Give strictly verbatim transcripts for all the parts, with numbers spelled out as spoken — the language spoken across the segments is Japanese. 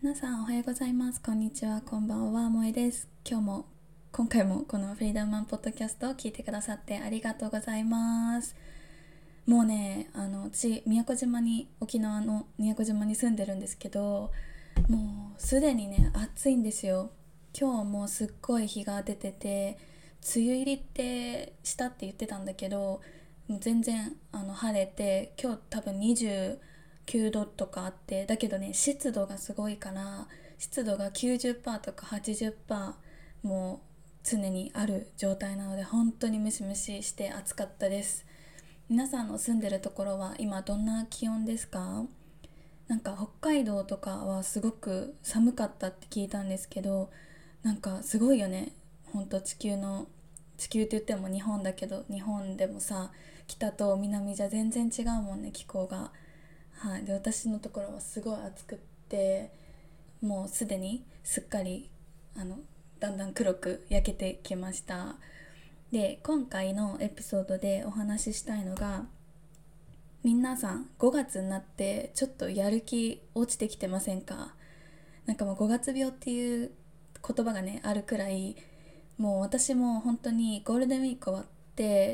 皆さんおはようございます。こんにちは、こんばんは、萌えです。今日も今回もこのフリーダムマンポッドキャストを聞いてくださってありがとうございます。もうね、あのうち宮古島に沖縄の宮古島に住んでるんですけど、もうすでにね暑いんですよ。今日もすっごい日が出てて、梅雨入りってしたって言ってたんだけど、もう全然あの晴れて、今日多分にじゅうきゅうどとかあって、だけどね湿度がすごいから、湿度がきゅうじゅっパーセントとかはちじゅっパーセントもう常にある状態なので、本当にムシムシして暑かったです。皆さんの住んでるところは今どんな気温ですか？なんか北海道とかはすごく寒かったって聞いたんですけど、なんかすごいよね。ほんと地球の地球って言っても日本だけど、日本でもさ、北と南じゃ全然違うもんね、気候が。はい。で、私のところはすごい暑くって、もうすでにすっかりあのだんだん黒く焼けてきました。で、今回のエピソードでお話ししたいのが、皆さんごがつになってちょっとやる気落ちてきてませんか？なんかもうごがつ病っていう言葉がねあるくらい、もう私も本当にゴールデンウィーク終わって、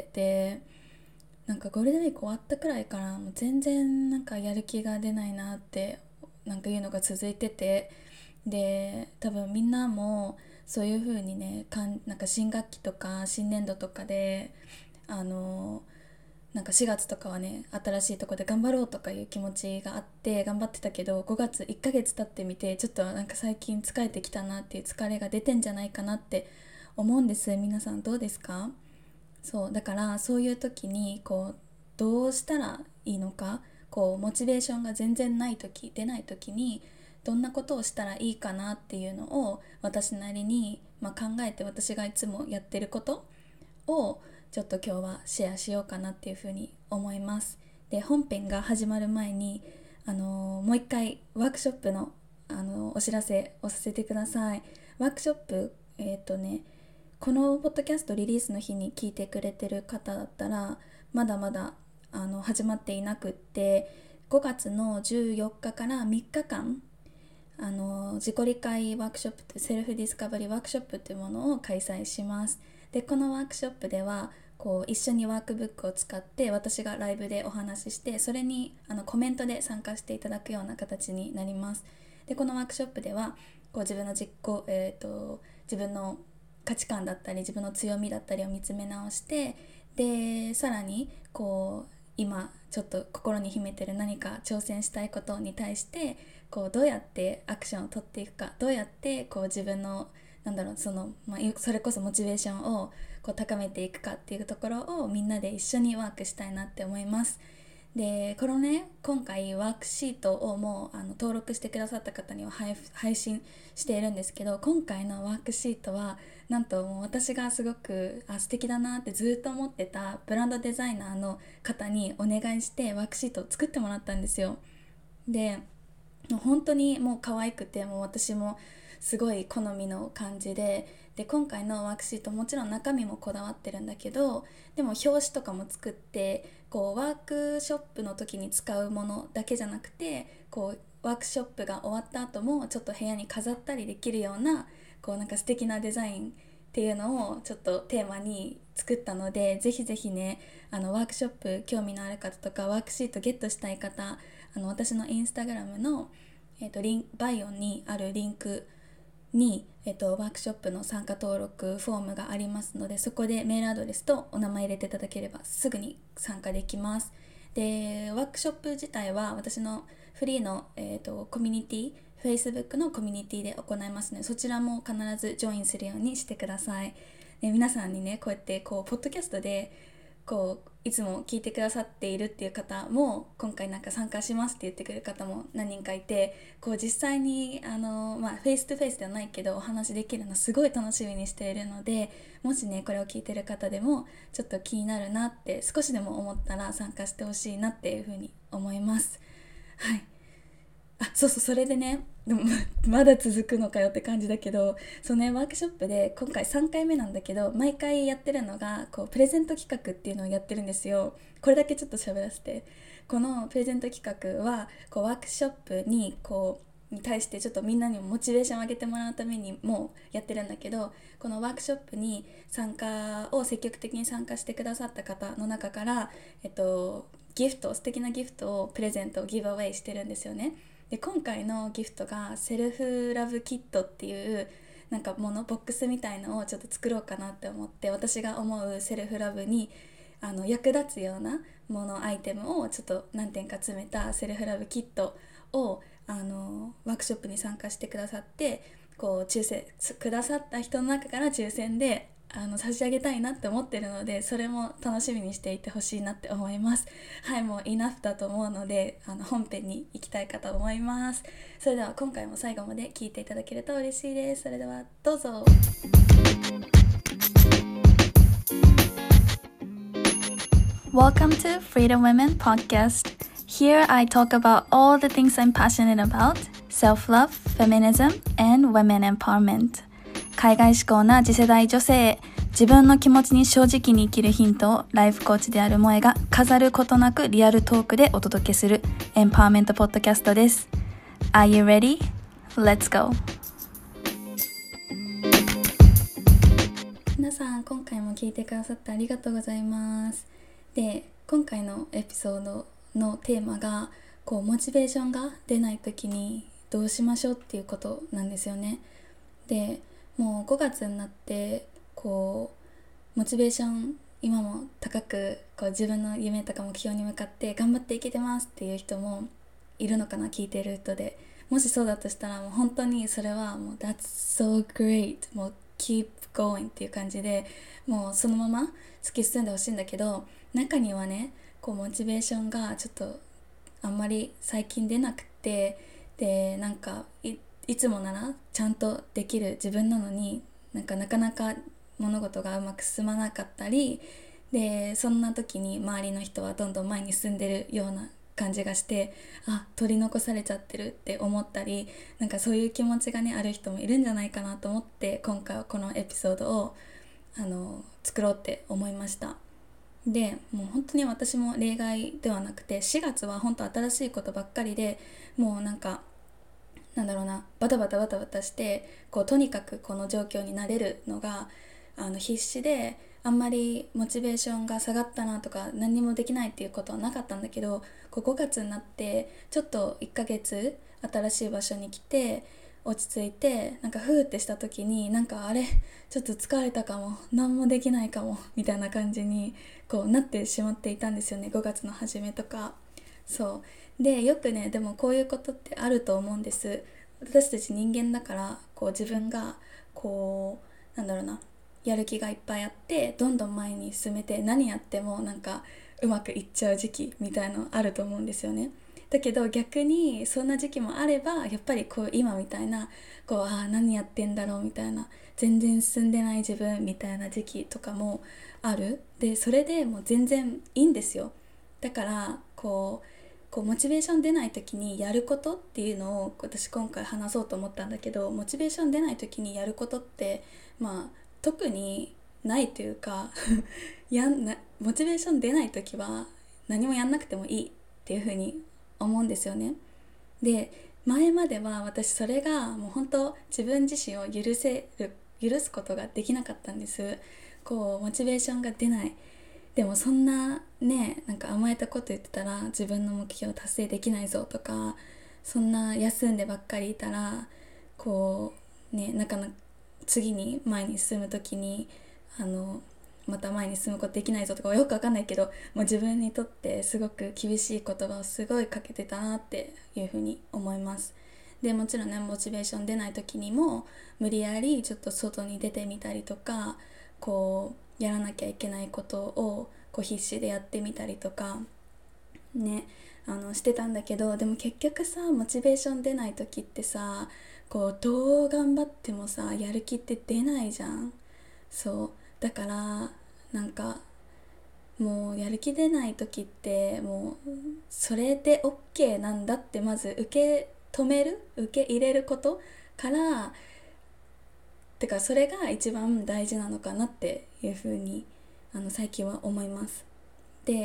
でなんかゴールデンウィーク終わったくらいからもう全然なんかやる気が出ないなってなんかいうのが続いてて、で多分みんなもそういう風にね、かんなんか新学期とか新年度とかであのなんかしがつとかはね、新しいとこで頑張ろうとかいう気持ちがあって頑張ってたけど、ごがついっかげつ経ってみてちょっとなんか最近疲れてきたなっていう疲れが出てんじゃないかなって思うんです。皆さんどうですか？そうだから、そういう時にこうどうしたらいいのか、こうモチベーションが全然ない時、出ない時にどんなことをしたらいいかなっていうのを私なりに、まあ、考えて、私がいつもやってることをちょっと今日はシェアしようかなっていうふうに思います。で、本編が始まる前に、あのーもう一回ワークショップの、あのーお知らせをさせてください。ワークショップ、えっ、とねこのポッドキャストリリースの日に聞いてくれてる方だったらまだまだあの始まっていなくって、ごがつのじゅうよっかかからみっかかん、あの自己理解ワークショップ、セルフディスカバリーワークショップっていうものを開催します。で、このワークショップではこう一緒にワークブックを使って私がライブでお話しして、それにあのコメントで参加していただくような形になります。で、このワークショップではこう自分の実行、えー、と自分の価値観だったり自分の強みだったりを見つめ直して、でさらにこう今ちょっと心に秘めてる何か挑戦したいことに対してこうどうやってアクションを取っていくか、どうやってこう自分のなんだろうその、まあ、それこそモチベーションをこう高めていくかっていうところをみんなで一緒にワークしたいなって思います。で、このね、今回ワークシートをもうあの登録してくださった方には配配信しているんですけど、今回のワークシートはなんともう私がすごくあ素敵だなってずっと思ってたブランドデザイナーの方にお願いしてワークシートを作ってもらったんですよ。で、もう本当にもう可愛くて、もう私もすごい好みの感じで、で今回のワークシートもちろん中身もこだわってるんだけど、でも表紙とかも作って、こうワークショップの時に使うものだけじゃなくて、こうワークショップが終わった後もちょっと部屋に飾ったりできるようなこうなんか素敵なデザインっていうのをちょっとテーマに作ったので、ぜひぜひね、あのワークショップ興味のある方とかワークシートゲットしたい方、あの私のインスタグラムの、えー、とリンバイオにあるリンクに、えー、とワークショップの参加登録フォームがありますので、そこでメールアドレスとお名前入れていただければすぐに参加できます。で、ワークショップ自体は私のフリーの、えー、とコミュニティ、Facebook のコミュニティで行いますので、そちらも必ずジョインするようにしてください。で、皆さんにね、こうやってこうポッドキャストでこういつも聞いてくださっているっていう方も、今回なんか参加しますって言ってくれる方も何人かいて、こう実際にあの、まあ、フェイストゥフェイスではないけどお話できるのすごい楽しみにしているので、もしねこれを聞いてる方でもちょっと気になるなって少しでも思ったら参加してほしいなっていうふうに思います。はい。あ、そうそう、それでね、でもまだ続くのかよって感じだけど、そうね、ワークショップで今回さんかいめなんだけど、毎回やってるのがこうプレゼント企画っていうのをやってるんですよ。これだけちょっと喋らせて。このプレゼント企画はこうワークショップにこうに対してちょっとみんなにもモチベーションを上げてもらうためにもやってるんだけど、このワークショップに参加を積極的に参加してくださった方の中から、えっと、ギフト素敵なギフトをプレゼントをギブアウェイしてるんですよね。で今回のギフトがセルフラブキットっていうなんかものボックスみたいのをちょっと作ろうかなって思って、私が思うセルフラブにあの役立つようなものアイテムをちょっと何点か詰めたセルフラブキットをあのワークショップに参加してくださってこう抽選くださった人の中から抽選であの差し上げたいなって思ってるので、それも楽しみにしていてほしいなって思います。はい、もうイナフだと思うのであの本編に行きたいかと思います。それでは今回も最後まで聞いていただけると嬉しいです。それではどうぞ。Welcome to Freedom Women Podcast. Here I talk about all the things I'm passionate about: self-love, feminism, and women empowerment. 海外志向な次世代女性へ、自分の気持ちに正直に生きるヒントをライフコーチである萌が飾ることなくリアルトークでお届けするエンパワーメントポッドキャストです。Are you ready? Let's go! 皆さん、今回も聞いてくださってありがとうございます。で、今回のエピソードのテーマがこうモチベーションが出ない時にどうしましょうっていうことなんですよね。で、もうごがつになってこうモチベーション今も高くこう自分の夢とか目標に向かって頑張っていけてますっていう人もいるのかな、聞いてる人で。もしそうだとしたらもう本当にそれはもう That's so great、 もう keep going っていう感じで、もうそのまま突き進んでほしいんだけど、中にはねこうモチベーションがちょっとあんまり最近出なくて、でなんか い, いつもならちゃんとできる自分なのになんかなかなか物事がうまく進まなかったりで、そんな時に周りの人はどんどん前に進んでるような感じがして、あ、取り残されちゃってるって思ったり、なんかそういう気持ちがねある人もいるんじゃないかなと思って、今回はこのエピソードをあの作ろうって思いました。で、もう本当に私も例外ではなくて、しがつは本当新しいことばっかりで、もうなんかなんだろうな、バタバタバタバタしてこうとにかくこの状況になれるのがあの必死で、あんまりモチベーションが下がったなとか何にもできないっていうことはなかったんだけど、こうごがつになってちょっといっかげつ新しい場所に来て落ち着いて、なんかフーってした時になんかあれちょっと疲れたかも、何もできないかもみたいな感じにこうなってしまっていたんですよね、ごがつの初めとか。そうで、よくねでもこういうことってあると思うんです。私たち人間だから、こう自分がこうなんだろうな、やる気がいっぱいあってどんどん前に進めて何やってもなんかうまくいっちゃう時期みたいのあると思うんですよね。だけど逆にそんな時期もあれば、やっぱりこう今みたいなこうあ何やってんだろうみたいな、全然進んでない自分みたいな時期とかもある。でそれでもう全然いいんですよ。だからこうこうモチベーション出ない時にやることっていうのを私今回話そうと思ったんだけど、モチベーション出ない時にやることってまあ特にないというかやんなモチベーション出ない時は何もやんなくてもいいっていう風に思うんですよね。で前までは私それがもう本当自分自身を許せる許すことができなかったんです。こうモチベーションが出ない、でもそんなねなんか甘えたこと言ってたら自分の目標達成できないぞとか、そんな休んでばっかりいたらこうねなかなか次に前に進む時にあのまた前に進むことできないぞとか、よくわかんないけど、もう自分にとってすごく厳しい言葉をすごいかけてたなっていうふうに思います。でもちろんねモチベーション出ない時にも無理やりちょっと外に出てみたりとか、こうやらなきゃいけないことをこう必死でやってみたりとかねあのしてたんだけど、でも結局さモチベーション出ない時ってさ、こうどう頑張ってもさやる気って出ないじゃん。そうだからなんかもうやる気出ない時ってもうそれで OK なんだってまず受け止める受け入れることから、てかそれが一番大事なのかなっていうふうにあの最近は思います。で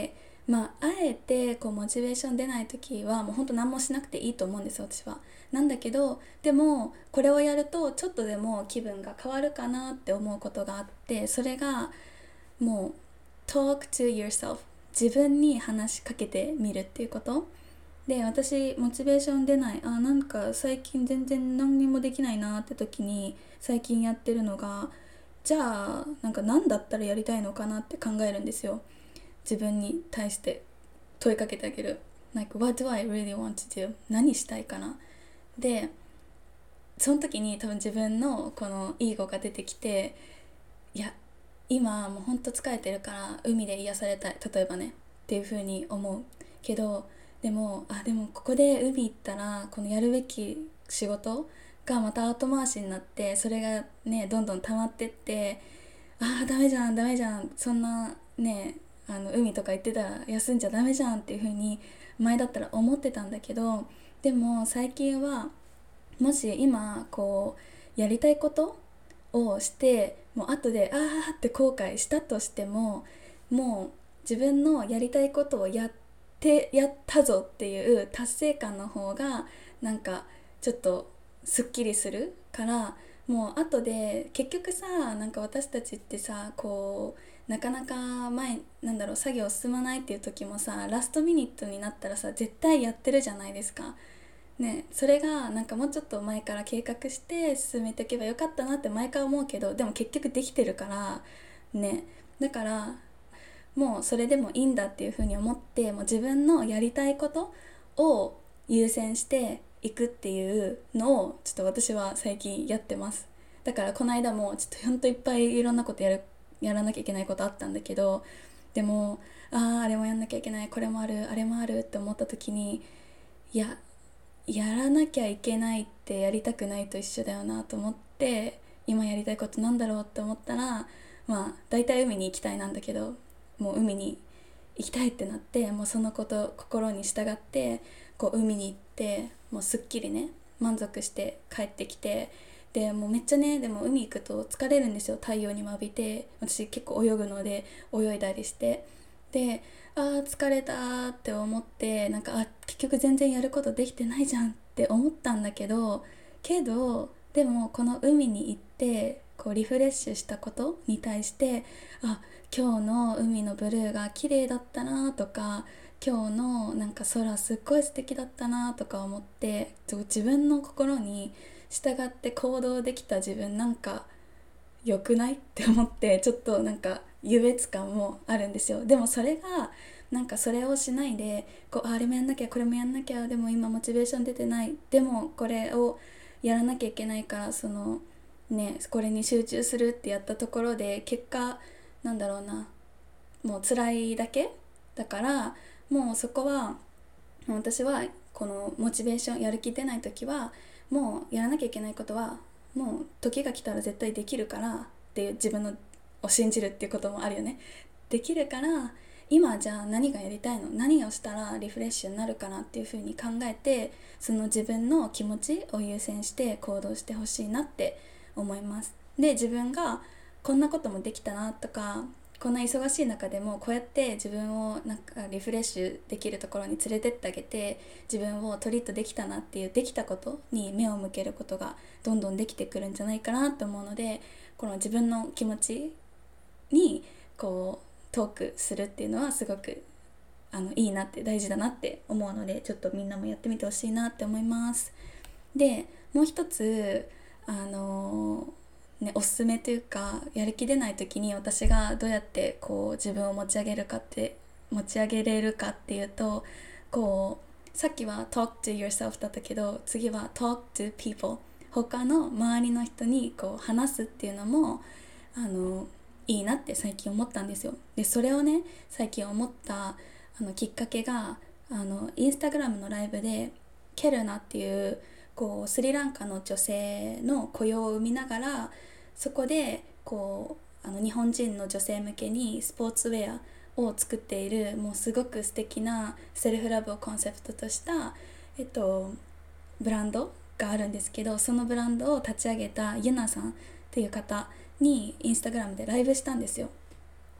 まああえてこうモチベーション出ない時はもうほんと何もしなくていいと思うんですよ、私は。なんだけど、でもこれをやるとちょっとでも気分が変わるかなって思うことがあって、それがもう talk to yourself、 自分に話しかけてみるっていうことで、私モチベーション出ない、あなんか最近全然何にもできないなって時に最近やってるのが、じゃあなんか何だったらやりたいのかなって考えるんですよ。自分に対して問いかけてあげる。 Like what do I really want to do、 何したいかな。でその時に多分自分のこのイーゴが出てきて、いや今もうほんと疲れてるから海で癒されたい、例えばねっていう風に思うけど、でもあでもここで海行ったらこのやるべき仕事がまた後回しになって、それがねどんどん溜まってって、あーダメじゃんダメじゃん、そんなねあの海とか行ってたら休んじゃダメじゃんっていう風に前だったら思ってたんだけど、でも最近はもし今こうやりたいことをしてもう後であーって後悔したとしても、もう自分のやりたいことをやってやったぞっていう達成感の方がなんかちょっとすっきりするから、もう後で結局さ、なんか私たちってさこうなかなか前なんだろう作業進まないっていう時もさ、ラストミニットになったらさ絶対やってるじゃないですかね。それがなんかもうちょっと前から計画して進めていけばよかったなって毎回思うけど、でも結局できてるからね。だからもうそれでもいいんだっていう風に思って、もう自分のやりたいことを優先していくっていうのをちょっと私は最近やってます。だからこの間もちょっとほんといっぱいいろんなことやるやらなきゃいけないことあったんだけど、でもあああれもやんなきゃいけない、これもあるあれもあるって思った時に、いややらなきゃいけないってやりたくないと一緒だよなと思って、今やりたいことなんだろうって思ったら、まあ大体海に行きたいなんだけど、もう海に行きたいってなって、もうそのこと心に従ってこう海に行って、もうすっきりね満足して帰ってきて、でもうめっちゃね、でも海行くと疲れるんですよ、太陽にも浴びて。私結構泳ぐので泳いだりして、であー疲れたって思って、なんかあ結局全然やることできてないじゃんって思ったんだけど、けどでもこの海に行ってこうリフレッシュしたことに対して、あ今日の海のブルーが綺麗だったなとか、今日のなんか空すっごい素敵だったなとか思って、自分の心に従って行動できた自分なんか良くないって思って、ちょっとなんか優越感もあるんですよ。でもそれがなんかそれをしないでこうあれもやんなきゃこれもやんなきゃ、でも今モチベーション出てない、でもこれをやらなきゃいけないからそのねこれに集中するってやったところで結果なんだろうな、もう辛いだけだから、もうそこは私はこのモチベーションやる気出ない時はもうやらなきゃいけないことはもう時が来たら絶対できるからっていう自分のを信じるっていうこともあるよね。できるから今じゃあ何がやりたいの、何をしたらリフレッシュになるかなっていうふうに考えて、その自分の気持ちを優先して行動してほしいなって思います。で自分がこんなこともできたなとか、こんな忙しい中でもこうやって自分をなんかリフレッシュできるところに連れてってあげて、自分をトリートできたなっていうできたことに目を向けることがどんどんできてくるんじゃないかなと思うので、この自分の気持ちにこうトークするっていうのはすごくあのいいなって大事だなって思うので、ちょっとみんなもやってみてほしいなって思います。でもう一つあのね、おすすめというか、やる気出ない時に私がどうやってこう自分を持ち上げるかって持ち上げれるかっていうと、こうさっきは talk to yourself だったけど、次は talk to people、 他の周りの人にこう話すっていうのもあのいいなって最近思ったんですよ。でそれをね最近思ったあのきっかけが、あのインスタグラムのライブでケルナっていうこうスリランカの女性の雇用を生みながら、そこでこうあの日本人の女性向けにスポーツウェアを作っている、もうすごく素敵なセルフラブをコンセプトとした、えっと、ブランドがあるんですけど、そのブランドを立ち上げたユナさんっていう方にインスタグラムでライブしたんですよ。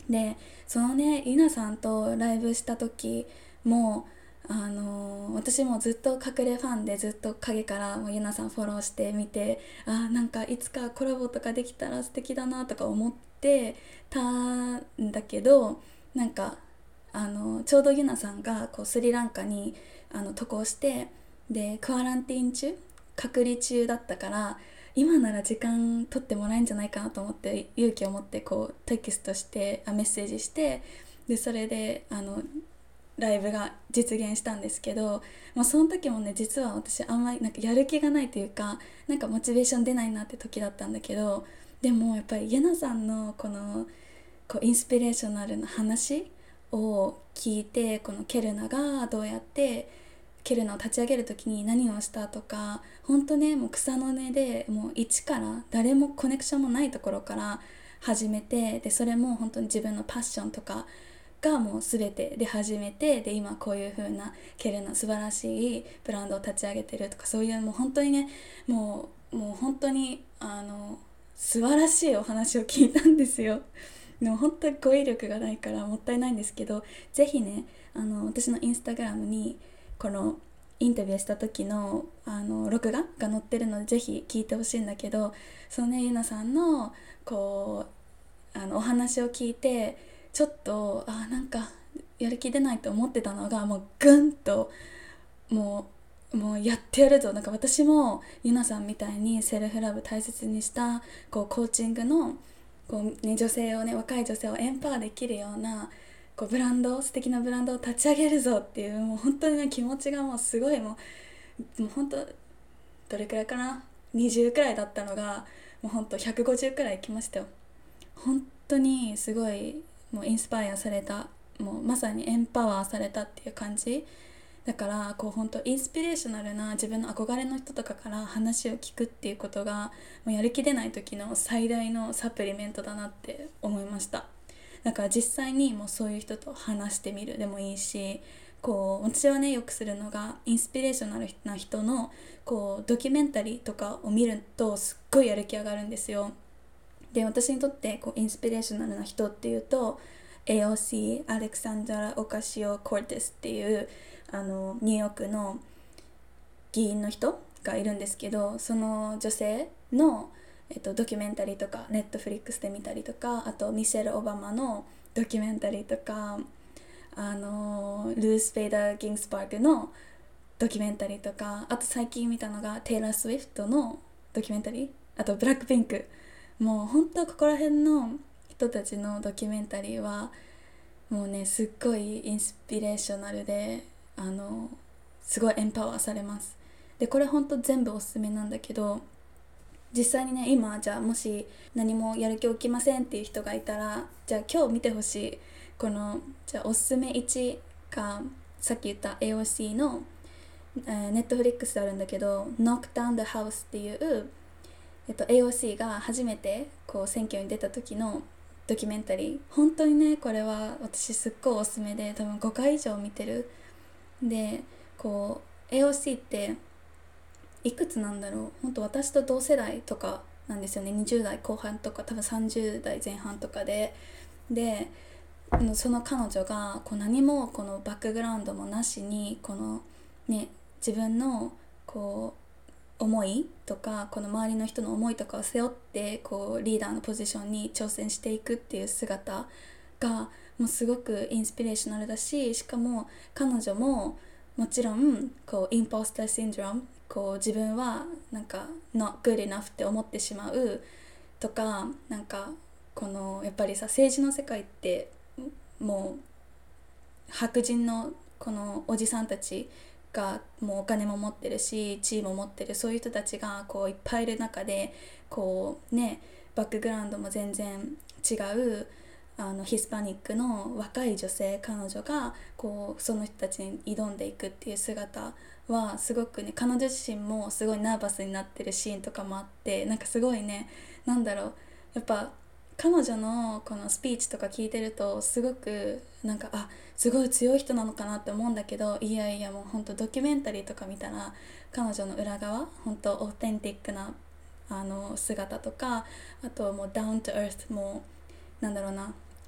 でそのねゆなさんとライブした時もあのー私もずっと隠れファンでずっと影からもうゆなさんフォローしてみて、あーなんかいつかコラボとかできたら素敵だなとか思ってたんだけど、なんかあのちょうどゆなさんがこうスリランカにあの渡航して、でクアランティーン中隔離中だったから、今なら時間取ってもらえるんじゃないかなと思って勇気を持ってこうテキストしてあメッセージして、でそれであのライブが実現したんですけど、まあ、その時もね実は私あんまりなんかやる気がないというか、なんかモチベーション出ないなって時だったんだけど、でもやっぱりユナさんのこのこうインスピレーショナルな話を聞いて、このケルナがどうやってケルナを立ち上げる時に何をしたとか、本当ねもう草の根でもう一から誰もコネクションもないところから始めて、でそれも本当に自分のパッションとかがもう全てで始めて、で今こういう風なケルナ素晴らしいブランドを立ち上げてるとか、そういうもう本当にねもうもう本当にあの素晴らしいお話を聞いたんですよ。でも本当に語彙力がないからもったいないんですけど、ぜひねあの私のインスタグラムにこのインタビューした時のあの録画が載ってるのでぜひ聞いてほしいんだけど、そのねゆなさんのこうあのお話を聞いて、ちょっとあなんかやる気出ないと思ってたのがもうぐんともうもうやってやるぞ、なんか私もゆなさんみたいにセルフラブ大切にしたこうコーチングのこう、ね、女性をね若い女性をエンパワーできるようなこうブランド素敵なブランドを立ち上げるぞっていう、もう本当にね気持ちがもうすごいもうもう本当どれくらいかなにじゅうくらいだったのがもう本当ひゃくごじゅうくらいいきましたよ。本当にすごいもうインスパイアされた、もうまさにエンパワーされたっていう感じだから、こう本当インスピレーショナルな自分の憧れの人とかから話を聞くっていうことがもうやる気出ない時の最大のサプリメントだなって思いました。だから実際にもうそういう人と話してみるでもいいし、こう私はねよくするのがインスピレーショナルな人のこうドキュメンタリーとかを見るとすっごいやる気上がるんですよ。で私にとってこうインスピレーショナルな人っていうと エーオーシー アレクサンドラ・オカシオ・コルテスっていうあのニューヨークの議員の人がいるんですけど、その女性の、えっと、ドキュメンタリーとかネットフリックスで見たりとか、あとミシェル・オバマのドキュメンタリーとか、あのルース・フェイダー・ギンスパークのドキュメンタリーとか、あと最近見たのがテイラー・スウィフトのドキュメンタリー、あとブラックピンク、もう本当ここら辺の人たちのドキュメンタリーはもうねすっごいインスピレーショナルで、あのすごいエンパワーされます。でこれほんと全部おすすめなんだけど、実際にね今じゃあもし何もやる気起きませんっていう人がいたら、じゃあ今日見てほしいこのじゃあおすすめいちがさっき言った エーオーシー のネットフリックスであるんだけど Knock Down the House っていう、えっと、エーオーシー が初めてこう選挙に出た時のドキュメンタリー、本当にねこれは私すっごいおすすめで、多分ごかい以上見てる。でこう エーオーシー っていくつなんだろう、本当私と同世代とかなんですよね。にじゅう代後半とか多分さんじゅう代前半とかで、でその彼女がこう何もこのバックグラウンドもなしにこのね自分のこう思いとかこの周りの人の思いとかを背負ってこうリーダーのポジションに挑戦していくっていう姿がもうすごくインスピレーショナルだし、しかも彼女ももちろんこうインポスターシンドローム、こう自分はなんか not good enough って思ってしまうとか、なんかこのやっぱりさ政治の世界ってもう白人のこのおじさんたちがもうお金も持ってるし地位も持ってる、そういう人たちがこういっぱいいる中でこうねバックグラウンドも全然違うあのヒスパニックの若い女性彼女がこうその人たちに挑んでいくっていう姿はすごくね、彼女自身もすごいナーバスになってるシーンとかもあって、なんかすごいね、なんだろう、やっぱ彼女のこのスピーチとか聞いてるとすごくなんかあすごい強い人なのかなって思うんだけど、いやいやもうほんとドキュメンタリーとか見たら彼女の裏側ほんとオーテンティックなあの姿とか、あともうダウントゥエース、もうなんだろうな、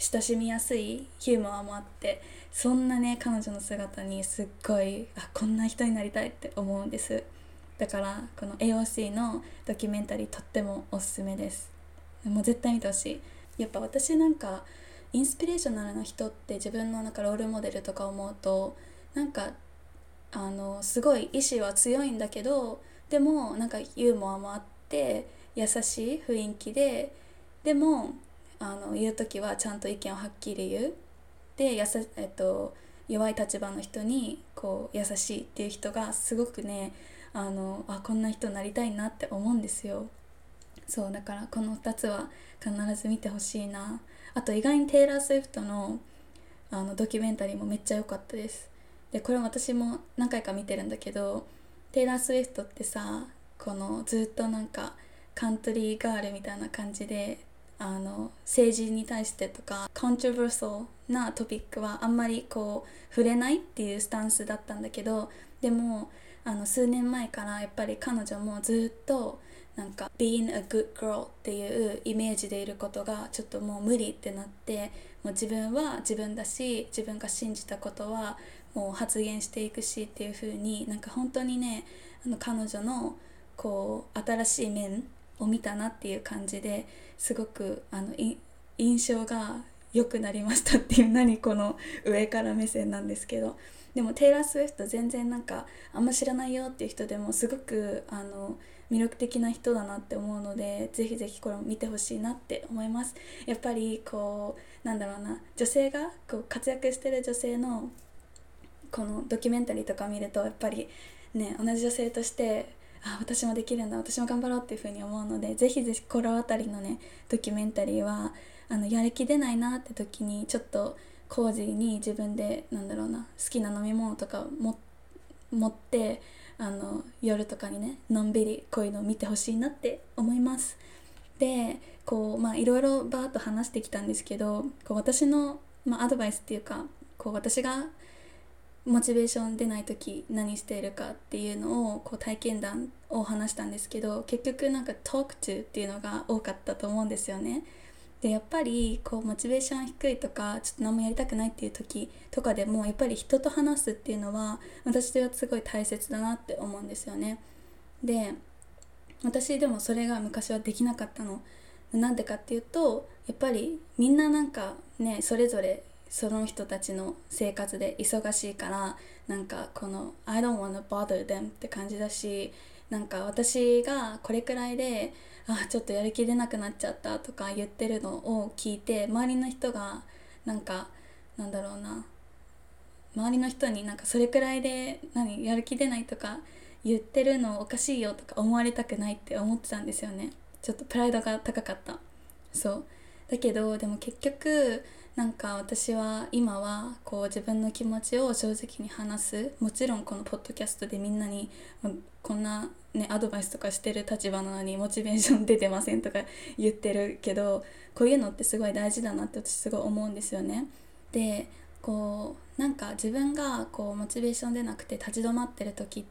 親しみやすいユーモアもあって、そんなね彼女の姿にすっごいあこんな人になりたいって思うんです。だからこの エーオーシー のドキュメンタリーとってもおすすめです。もう絶対見てほしい。やっぱ私なんかインスピレーショナルな人って自分のなんかロールモデルとか思うと、なんかあのすごい意志は強いんだけど、でもなんかユーモアもあって優しい雰囲気で、でもあの言う時はちゃんと意見をはっきり言うで、やさ、えっと、弱い立場の人にこう優しいっていう人がすごくね、あのあこんな人になりたいなって思うんですよ。そうだからこのふたつは必ず見てほしいな。あと意外にテイラー・スウィフトのあのドキュメンタリーもめっちゃ良かったです。でこれ私も何回か見てるんだけど、テイラー・スウィフトってさ、このずっとなんかカントリーガールみたいな感じで、あの政治に対してとかコントロバーサルなトピックはあんまりこう触れないっていうスタンスだったんだけど、でもあの数年前からやっぱり彼女もずっとなんか being a good girl っていうイメージでいることがちょっともう無理ってなって、もう自分は自分だし、自分が信じたことはもう発言していくしっていう風に、なんか本当にね、あの彼女のこう新しい面を見たなっていう感じで、すごくあの印象が良くなりましたっていう、何この上から目線なんですけど、でもテイラー・スウィフト全然なんかあんま知らないよっていう人でもすごくあの魅力的な人だなって思うので、ぜひぜひこれを見てほしいなって思います。やっぱりこうなんだろうな、女性がこう活躍してる女性のこのドキュメンタリーとか見ると、やっぱりね同じ女性としてあ私もできるんだ、私も頑張ろうっていう風に思うので、ぜひぜひこのあたりのねドキュメンタリーはあのやる気出ないなって時にちょっとコージーに自分でなんだろうな、好きな飲み物とかも持ってあの夜とかにねのんびりこういうのを見てほしいなって思います。でこうまあいろいろバーッと話してきたんですけど、こう私の、まあ、アドバイスっていうか、こう私がモチベーション出ない時何しているかっていうのをこう体験談を話したんですけど、結局なんか talk to っていうのが多かったと思うんですよね。でやっぱりこうモチベーション低いとかちょっと何もやりたくないっていう時とかでも、やっぱり人と話すっていうのは私はすごい大切だなって思うんですよね。で私でもそれが昔はできなかったの。なんでかっていうと、やっぱりみんななんかねそれぞれその人たちの生活で忙しいから、なんかこの I don't wanna bother them って感じだし、なんか私がこれくらいであちょっとやる気出なくなっちゃったとか言ってるのを聞いて、周りの人がなんかなんだろうな、周りの人になんかそれくらいで何やる気出ないとか言ってるのおかしいよとか思われたくないって思ってたんですよね。ちょっとプライドが高かった。そうだけどでも結局なんか私は今はこう自分の気持ちを正直に話す、もちろんこのポッドキャストでみんなにこんなねアドバイスとかしてる立場なのにモチベーション出てませんとか言ってるけど、こういうのってすごい大事だなって私すごい思うんですよね。でこうなんか自分がこうモチベーション出なくて立ち止まってる時って、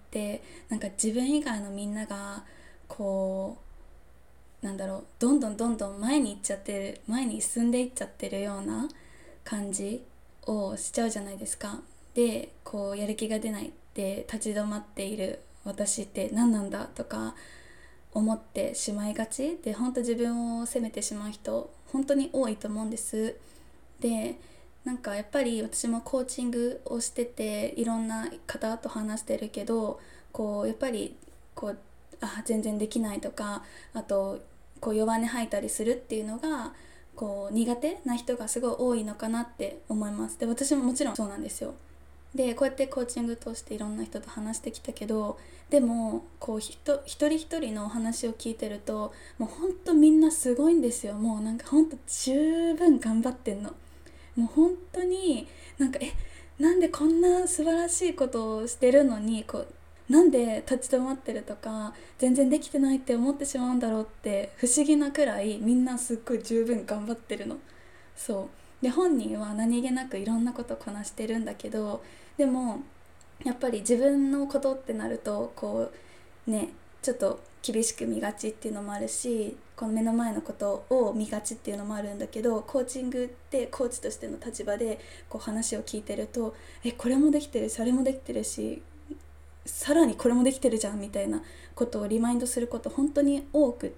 なんか自分以外のみんながこうなんだろう、どんどんどんどん前に行っちゃってる、前に進んでいっちゃってるような感じをしちゃうじゃないですか。でこうやる気が出ないって立ち止まっている私って何なんだとか思ってしまいがちで、本当自分を責めてしまう人本当に多いと思うんです。でなんかやっぱり私もコーチングをしてていろんな方と話してるけど、こうやっぱりこうあ全然できないとか、あとこう弱音吐いたりするっていうのがこう苦手な人がすごい多いのかなって思います。で私ももちろんそうなんですよ。でこうやってコーチング通していろんな人と話してきたけど、でもこう人一人一人のお話を聞いてるともうほんとみんなすごいんですよ。もうなんかほんと十分頑張ってんの。もう本当になんかえなんでこんな素晴らしいことをしてるのにこうなんで立ち止まってるとか全然できてないって思ってしまうんだろうって不思議なくらいみんなすっごい十分頑張ってるの。そうで本人は何気なくいろんなことこなしてるんだけど、でもやっぱり自分のことってなるとこうねちょっと厳しく見がちっていうのもあるし、この目の前のことを見がちっていうのもあるんだけど、コーチングってコーチとしての立場でこう話を聞いてると、えこれもできてるしあれもできてるし、さらにこれもできてるじゃんみたいなことをリマインドすること本当に多くって、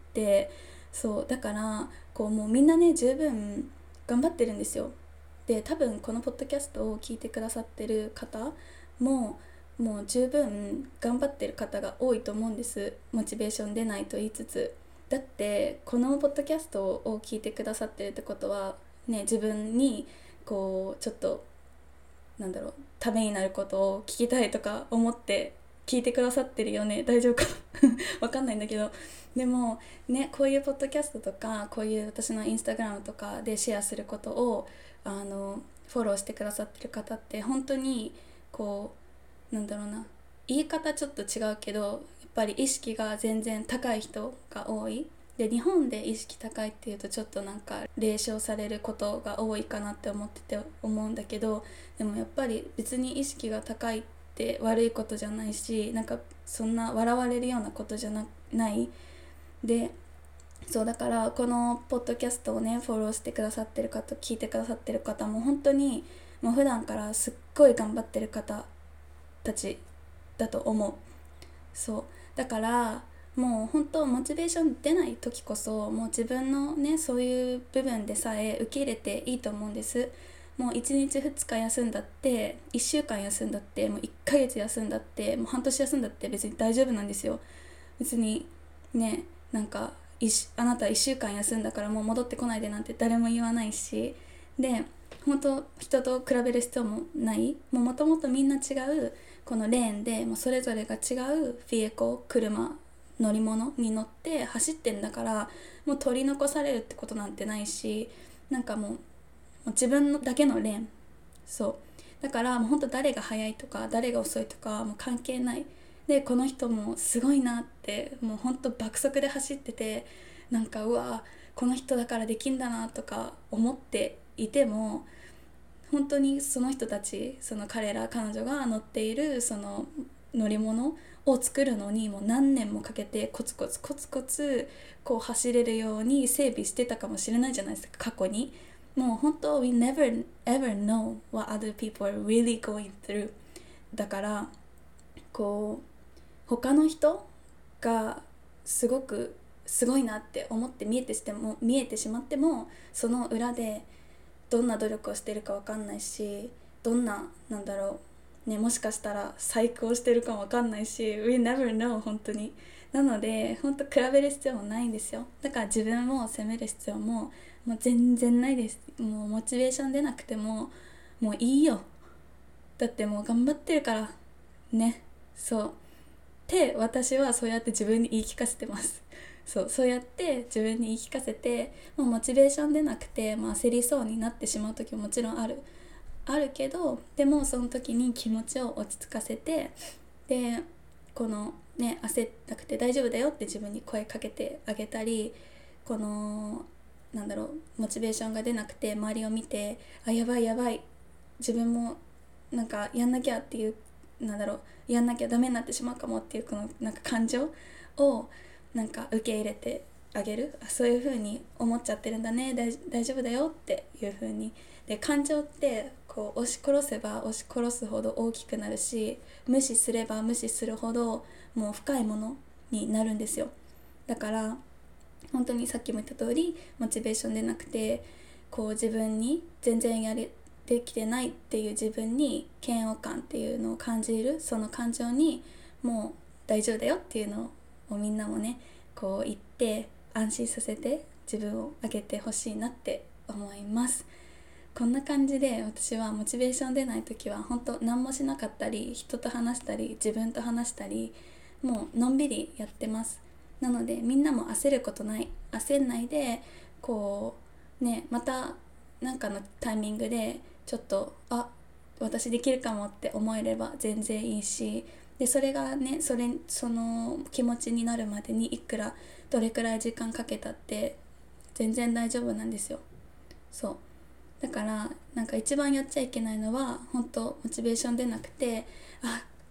そうだからこうもうみんなね十分頑張ってるんですよ。で多分このポッドキャストを聞いてくださってる方ももう十分頑張ってる方が多いと思うんです。モチベーション出ないと言いつつ、だってこのポッドキャストを聞いてくださってるってことはね、自分にこうちょっとなんだろうためになることを聞きたいとか思って聞いてくださってるよね。大丈夫かなわかんないんだけど、でもねこういうポッドキャストとかこういう私のインスタグラムとかでシェアすることをあのフォローしてくださってる方って本当にこうなんだろうな、言い方ちょっと違うけどやっぱり意識が全然高い人が多い。で日本で意識高いっていうとちょっとなんか冷笑されることが多いかなって思ってて思うんだけど、でもやっぱり別に意識が高いって悪いことじゃないし、なんかそんな笑われるようなことじゃ な, ないで、そうだからこのポッドキャストをねフォローしてくださってる方、聞いてくださってる方も本当にもう普段からすっごい頑張ってる方たちだと思う。そうだからもう本当モチベーション出ない時こそもう自分のねそういう部分でさえ受け入れていいと思うんです。もういちにちふつか休んだっていっしゅうかん休んだってもういっかげつ休んだってもう半年休んだって別に大丈夫なんですよ。別にね、なんかいしあなたいっしゅうかん休んだからもう戻ってこないでなんて誰も言わないし、で本当人と比べる必要もない。もともとみんな違うこのレーンでもうそれぞれが違うフィエコ車乗り物に乗って走ってんだから、もう取り残されるってことなんてないし、なんかもう、もう自分のだけのレーン、そうだからもう本当誰が速いとか誰が遅いとかもう関係ない。でこの人もすごいなってもう本当爆速で走ってて、なんかうわこの人だからできんだなとか思っていても、本当にその人たち、その彼ら彼女が乗っているその乗り物を作るのにもう何年もかけてコツコツコツコツこう走れるように整備してたかもしれないじゃないですか、過去に。もう本当 we never ever know what other people are really going through。 だからこう他の人がすごくすごいなって思って見えてしても見えてしまっても、その裏でどんな努力をしてるか分かんないし、どんななんだろうね、もしかしたら細工をしてるかも分かんないし We never know 本当に。なので本当比べる必要もないんですよ。だから自分を責める必要ももう全然ないです。もうモチベーション出なくてももういいよ、だってもう頑張ってるからね。そうって私はそうやって自分に言い聞かせてます。そうそうやって自分に言い聞かせて、もうモチベーション出なくて、まあ、焦りそうになってしまう時ももちろんあるあるけど、でもその時に気持ちを落ち着かせて、でこのね焦らなくて大丈夫だよって自分に声かけてあげたり、このなんだろうモチベーションが出なくて周りを見てあやばいやばい自分もなんかやんなきゃっていう、なんだろうやんなきゃダメになってしまうかもっていうこのなんか感情をなんか受け入れてあげる。そういう風に思っちゃってるんだね、大大丈夫だよっていう風に。で感情ってこう押し殺せば押し殺すほど大きくなるし、無視すれば無視するほどもう深いものになるんですよ。だから本当にさっきも言った通りモチベーションでなくて、こう自分に全然やれできてないっていう自分に嫌悪感っていうのを感じる、その感情にもう大丈夫だよっていうのをみんなもねこう言って安心させて自分を上げてほしいなって思います。こんな感じで私はモチベーション出ない時は本当何もしなかったり人と話したり自分と話したりもうのんびりやってます。なのでみんなも焦ることない、焦んないでこうねまたなんかのタイミングでちょっとあ私できるかもって思えれば全然いいし、でそれがねそれその気持ちになるまでにいくらどれくらい時間かけたって全然大丈夫なんですよ。そうだからなんか一番やっちゃいけないのは本当モチベーション出なくてあ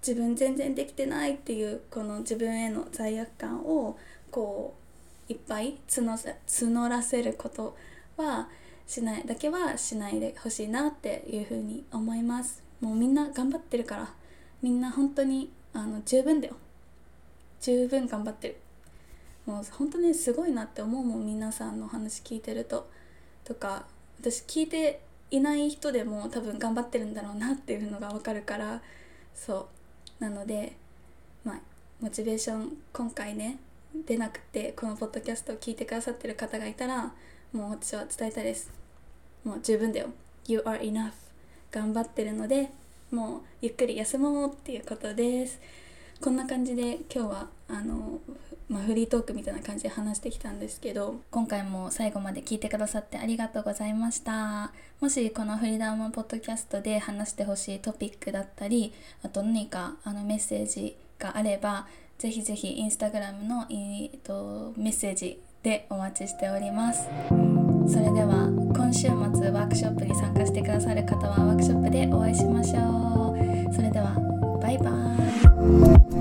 自分全然できてないっていうこの自分への罪悪感をこういっぱい募せ募らせることはしないだけはしないでほしいなっていうふうに思います。もうみんな頑張ってるから、みんな本当にあの十分だよ。十分頑張ってる。もう本当にすごいなって思うもん、皆さんの話聞いてると。とか私聞いていない人でも多分頑張ってるんだろうなっていうのが分かるから、そうなので、まあモチベーション今回ね出なくてこのポッドキャストを聞いてくださってる方がいたら、もう私は伝えたいです。もう十分だよ。 You are enough。 頑張ってるのでもうゆっくり休もうっていうことです。こんな感じで今日はあの、まあ、フリートークみたいな感じで話してきたんですけど、今回も最後まで聞いてくださってありがとうございました。もしこのフリーダウンポッドキャストで話してほしいトピックだったり、あと何かあのメッセージがあれば、ぜひぜひインスタグラムの、えー、とメッセージでお待ちしております。それでは今週末ワークショップに参加してくださる方はワークショップでお会いしましょう。それではバイバイ。